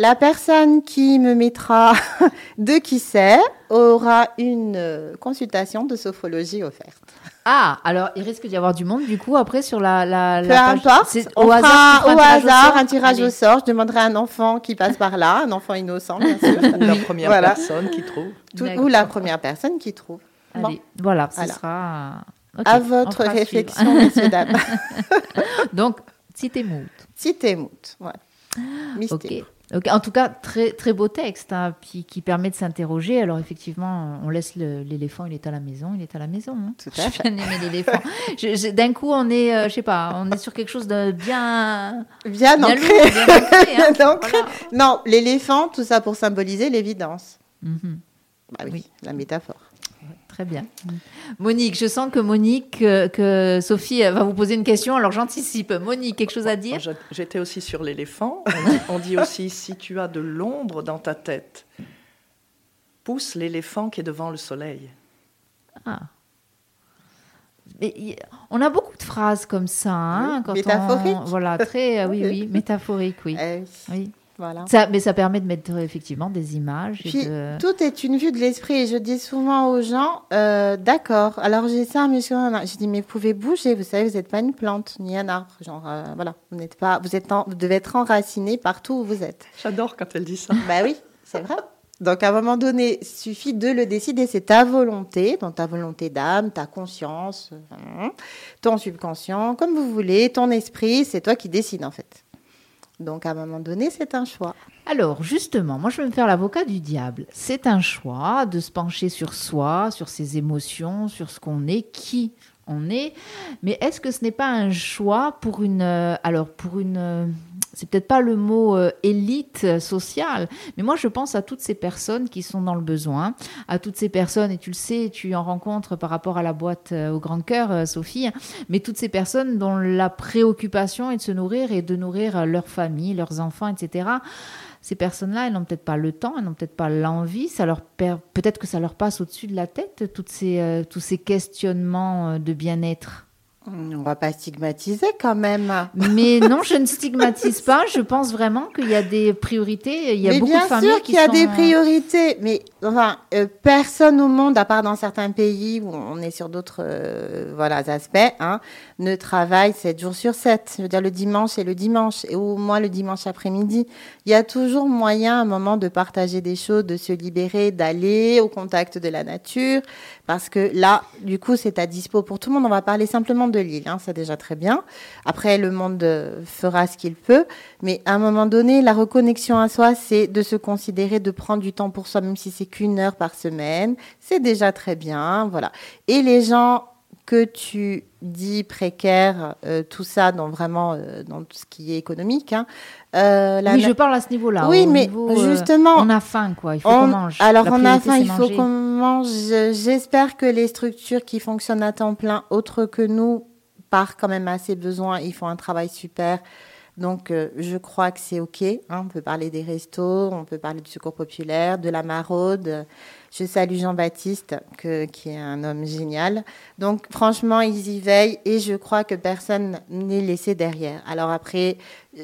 La personne qui me mettra de qui c'est aura une consultation de sophrologie offerte. Ah, alors il risque d'y avoir du monde du coup après sur la Peu page. importe, C'est on au hasard, fera tu au feras un tirage au hasard sort. un tirage Allez. au sort. Je demanderai à un enfant qui passe par là, un enfant innocent bien sûr. La première Voilà. personne qui trouve. D'accord. Ou la première personne qui trouve. Bon. Allez, voilà, ce Voilà. sera. Ok, À on votre fera réflexion, suivre. messieurs, dames. Donc, cité mood. Cité mout. Voilà. Mystère. Ok. Ok. En tout cas, très, très beau texte hein, qui permet de s'interroger. Alors, effectivement, on laisse l'éléphant, il est à la maison, il est à la maison. Hein. Tout à fait. J'ai bien aimé l'éléphant. D'un coup, on est, je sais pas, on est sur quelque chose de bien. Bien Bien ancré. lourd, bien ancré, hein. Donc, Voilà. non, l'éléphant, tout ça pour symboliser l'évidence. Mhm. Bah oui, Oui. la métaphore. Très bien. Monique, je sens que Monique, que Sophie va vous poser une question, alors j'anticipe. Monique, quelque chose à dire? J'étais aussi sur l'éléphant. On dit aussi, si tu as de l'ombre dans ta tête, pousse l'éléphant qui est devant le soleil. Ah. Mais on a beaucoup de phrases comme ça. Hein, Oui, quand métaphoriques. Voilà, très, oui, oui, métaphorique, oui. Oui, Oui. voilà. Mais ça permet de mettre effectivement des images. Puis, Et de... tout est une vue de l'esprit. Et je dis souvent aux gens, d'accord, alors j'ai ça, mais je dis, mais vous pouvez bouger, vous savez, vous n'êtes pas une plante, ni un arbre. Genre, voilà, vous n'êtes pas, vous devez être enraciné partout où vous êtes. J'adore quand elle dit ça. Bah oui, c'est vrai. Donc, à un moment donné, il suffit de le décider. C'est ta volonté, donc ta volonté d'âme, ta conscience, ton subconscient, comme vous voulez, ton esprit, c'est toi qui décides, en fait. Donc, à un moment donné, c'est un choix. Alors, justement, moi, je vais me faire l'avocat du diable. C'est un choix de se pencher sur soi, sur ses émotions, sur ce qu'on est, qui on est. Mais est-ce que ce n'est pas un choix pour une... c'est peut-être pas le mot élite sociale, mais moi, je pense à toutes ces personnes qui sont dans le besoin, à toutes ces personnes, et tu le sais, tu en rencontres par rapport à la boîte au Grand Cœur, Sophie, mais toutes ces personnes dont la préoccupation est de se nourrir et de nourrir leur famille, leurs enfants, etc. Ces personnes-là, elles n'ont peut-être pas le temps, elles n'ont peut-être pas l'envie, peut-être que ça leur passe au-dessus de la tête, tous ces questionnements de bien-être. On va pas stigmatiser quand même. Mais non, je ne stigmatise pas. Je pense vraiment qu'il y a des priorités. Il y a beaucoup de familles bien sûr qui qu'il y a sont... des priorités, mais enfin, personne au monde, à part dans certains pays où on est sur d'autres aspects, hein, ne travaille 7 jours sur 7. Je veux dire, le dimanche et le dimanche, et au moins le dimanche après-midi. Il y a toujours moyen, à un moment, de partager des choses, de se libérer, d'aller au contact de la nature, parce que là, du coup, c'est à dispo pour tout le monde. On va parler simplement de l'île, hein, c'est déjà très bien. Après, le monde fera ce qu'il peut, mais à un moment donné, la reconnexion à soi, c'est de se considérer, de prendre du temps pour soi, même si c'est qu'1 heure par semaine, c'est déjà très bien, voilà. Et les gens que tu dis précaires, tout ça, dans tout ce qui est économique, hein, Oui, je parle à ce niveau-là. Oui, au mais niveau, justement, on a faim, quoi. Il faut qu'on mange. Alors, La on a priorité, faim, c'est il faut manger. qu'on mange. J'espère que les structures qui fonctionnent à temps plein, autres que nous, partent quand même à ses besoins. Ils font un travail super. Donc, je crois que c'est OK. Hein. On peut parler des restos, on peut parler du secours populaire, de la maraude. Je salue Jean-Baptiste, qui est un homme génial. Donc, franchement, ils y veillent et je crois que personne n'est laissé derrière. Alors après...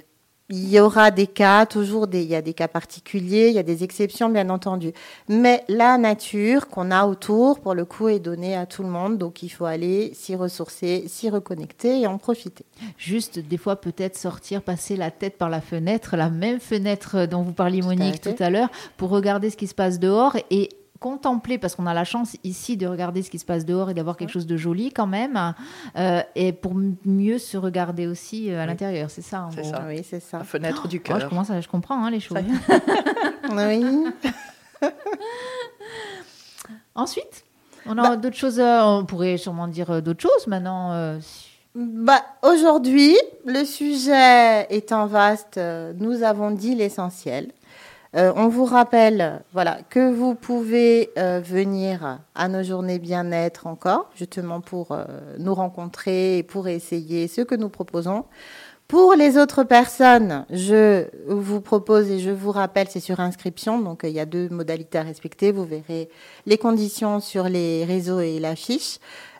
Il y aura des cas, il y a des cas particuliers, il y a des exceptions, bien entendu. Mais la nature qu'on a autour, pour le coup, est donnée à tout le monde. Donc, il faut aller s'y ressourcer, s'y reconnecter et en profiter. Juste, des fois, peut-être sortir, passer la tête par la fenêtre, la même fenêtre dont vous parliez, Monique, tout à l'heure, pour regarder ce qui se passe dehors et contempler, parce qu'on a la chance ici de regarder ce qui se passe dehors et d'avoir quelque chose de joli quand même, et pour mieux se regarder aussi à l'intérieur, c'est ça en C'est gros. ça. Oui, c'est ça. La fenêtre du Oh, cœur. je comprends hein, les choses. Oui. Ensuite, on a d'autres choses, on pourrait sûrement dire d'autres choses maintenant. Aujourd'hui, le sujet étant vaste, nous avons dit l'essentiel. On vous rappelle que vous pouvez venir à nos journées bien-être encore, justement pour nous rencontrer et pour essayer ce que nous proposons. Pour les autres personnes, je vous propose et je vous rappelle, c'est sur inscription, donc il y a 2 modalités à respecter. Vous verrez les conditions sur les réseaux et l'affiche.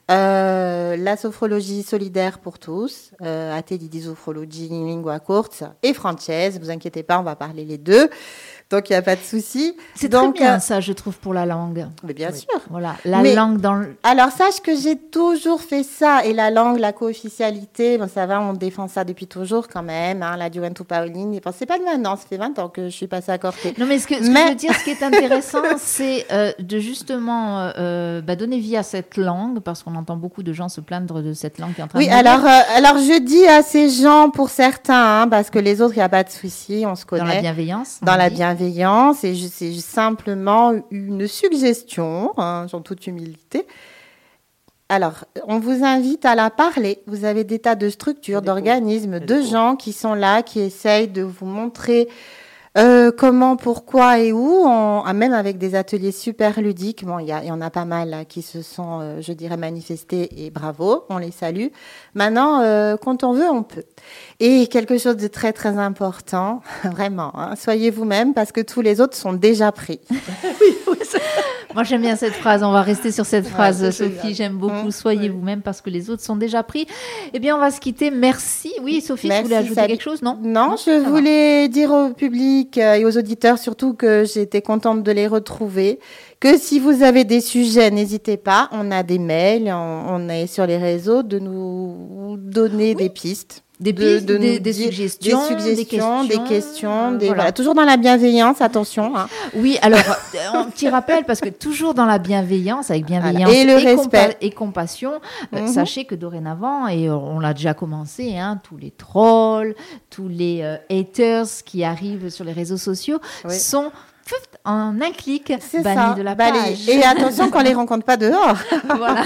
La sophrologie solidaire pour tous, ATD di sophrologie in lingua corsa et française. Vous inquiétez pas, on va parler les deux. Donc, il n'y a pas de souci. C'est très bien, ça, je trouve, pour la langue. Mais bien sûr. Voilà, langue dans le... Alors, sache que j'ai toujours fait ça. Et la langue, la co-officialité, bon, ça va, on défend ça depuis toujours quand même. Hein, la Juventus Paolini. Bon, c'est pas de maintenant, ça fait 20 ans que je suis passée à Corté. Non, mais ce que je veux dire, ce qui est intéressant, c'est de justement donner vie à cette langue, parce qu'on entend beaucoup de gens se plaindre de cette langue qui est en train de mourir. Alors, je dis à ces gens, pour certains, hein, parce que les autres, il n'y a pas de souci, on se connaît. Dans la bienveillance. Dans la bienveillance, et c'est simplement une suggestion, hein, en toute humilité. Alors, on vous invite à la parler. Vous avez des tas de structures, d'organismes, de gens qui sont là, qui essayent de vous montrer comment, pourquoi et où, même avec des ateliers super ludiques. Bon, il y en a pas mal là, qui se sont, je dirais, manifestés et bravo, on les salue. Maintenant, quand on veut, on peut. Et quelque chose de très, très important, vraiment, hein, soyez vous-même parce que tous les autres sont déjà pris. Oui, moi, j'aime bien cette phrase. On va rester sur cette phrase, Sophie. J'aime beaucoup. Soyez vous-même parce que les autres sont déjà pris. Eh bien, on va se quitter. Merci. Oui, Sophie, tu voulais ajouter quelque chose, non? Non, je voulais dire au public et aux auditeurs surtout que j'étais contente de les retrouver. Que si vous avez des sujets, n'hésitez pas. On a des mails, on est sur les réseaux, de nous donner des pistes. Des suggestions, des questions, voilà. Toujours dans la bienveillance, attention. Hein. Oui, alors, un petit rappel, parce que toujours dans la bienveillance, avec bienveillance et le respect et compassion, sachez que dorénavant, et on l'a déjà commencé, hein, tous les trolls, tous les haters qui arrivent sur les réseaux sociaux sont... en un clic, bannis de la page. Et attention qu'on ne les rencontre pas dehors. Voilà.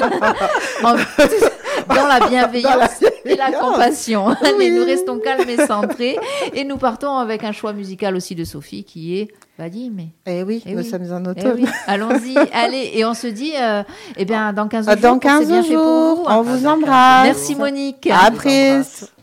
Dans la bienveillance et la compassion. Oui. Allez, nous restons calmes et centrés. Et nous partons avec un choix musical aussi de Sophie qui est Vadim. Nous sommes en automne. Oui. Allons-y. Allez, et on se dit dans 15 jours. Dans 15 jours, on vous embrasse. Merci Monique. À plus.